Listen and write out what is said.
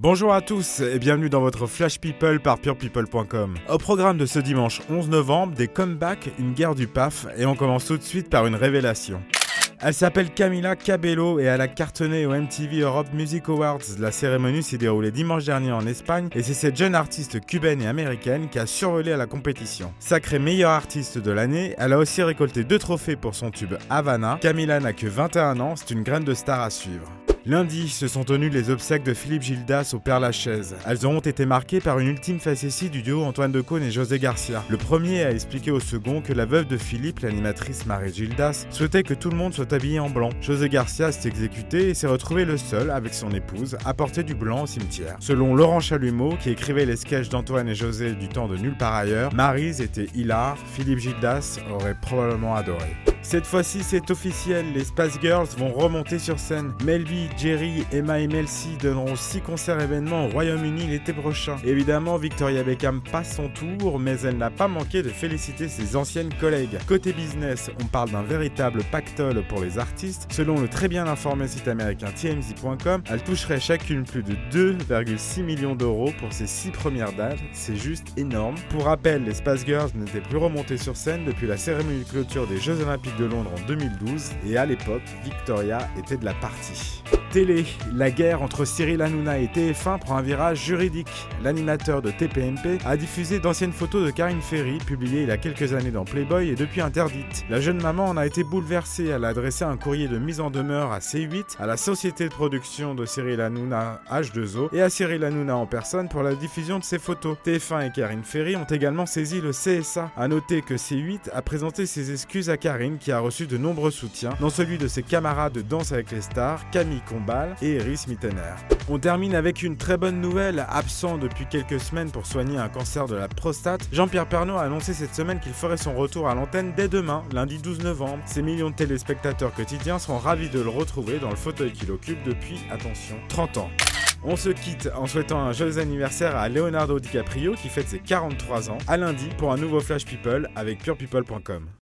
Bonjour à tous et bienvenue dans votre Flash People par purepeople.com. Au programme de ce dimanche 11 novembre, des comebacks, une guerre du PAF et on commence tout de suite par une révélation. Elle s'appelle Camila Cabello et elle a cartonné au MTV Europe Music Awards. La cérémonie s'est déroulée dimanche dernier en Espagne et c'est cette jeune artiste cubaine et américaine qui a survolé à la compétition. Sacrée meilleure artiste de l'année, elle a aussi récolté 2 trophées pour son tube Havana. Camila n'a que 21 ans, c'est une graine de star à suivre. Lundi, se sont tenues les obsèques de Philippe Gildas au Père-Lachaise. Elles auront été marquées par une ultime facétie du duo Antoine Decaune et José Garcia. Le premier a expliqué au second que la veuve de Philippe, l'animatrice Marie Gildas, souhaitait que tout le monde soit habillé en blanc. José Garcia s'est exécuté et s'est retrouvé le seul, avec son épouse, à porter du blanc au cimetière. Selon Laurent Chalumeau, qui écrivait les sketchs d'Antoine et José du temps de Nulle part ailleurs, Maryse était hilar, Philippe Gildas aurait probablement adoré. Cette fois-ci, c'est officiel, les Spice Girls vont remonter sur scène. Melby, Jerry, Emma et Mel C donneront 6 concerts événements au Royaume-Uni l'été prochain. Évidemment, Victoria Beckham passe son tour, mais elle n'a pas manqué de féliciter ses anciennes collègues. Côté business, on parle d'un véritable pactole pour les artistes. Selon le très bien informé site américain TMZ.com, elles toucheraient chacune plus de 2,6 millions d'euros pour ces 6 premières dates. C'est juste énorme. Pour rappel, les Spice Girls n'étaient plus remontées sur scène depuis la cérémonie de clôture des Jeux Olympiques de Londres en 2012 et à l'époque, Victoria était de la partie. Télé, la guerre entre Cyril Hanouna et TF1 prend un virage juridique. L'animateur de TPMP a diffusé d'anciennes photos de Karine Ferry, publiées il y a quelques années dans Playboy et depuis interdites. La jeune maman en a été bouleversée, elle a adressé un courrier de mise en demeure à C8, à la société de production de Cyril Hanouna H2O et à Cyril Hanouna en personne pour la diffusion de ces photos. TF1 et Karine Ferry ont également saisi le CSA. A noter que C8 a présenté ses excuses à Karine qui a reçu de nombreux soutiens, dont celui de ses camarades de Danse avec les stars, Camille Combal et Iris Mittener. On termine avec une très bonne nouvelle. Absent depuis quelques semaines pour soigner un cancer de la prostate, Jean-Pierre Pernaut a annoncé cette semaine qu'il ferait son retour à l'antenne dès demain, lundi 12 novembre. Ces millions de téléspectateurs quotidiens seront ravis de le retrouver dans le fauteuil qu'il occupe depuis, attention, 30 ans. On se quitte en souhaitant un joyeux anniversaire à Leonardo DiCaprio qui fête ses 43 ans. À lundi pour un nouveau Flash People avec purepeople.com.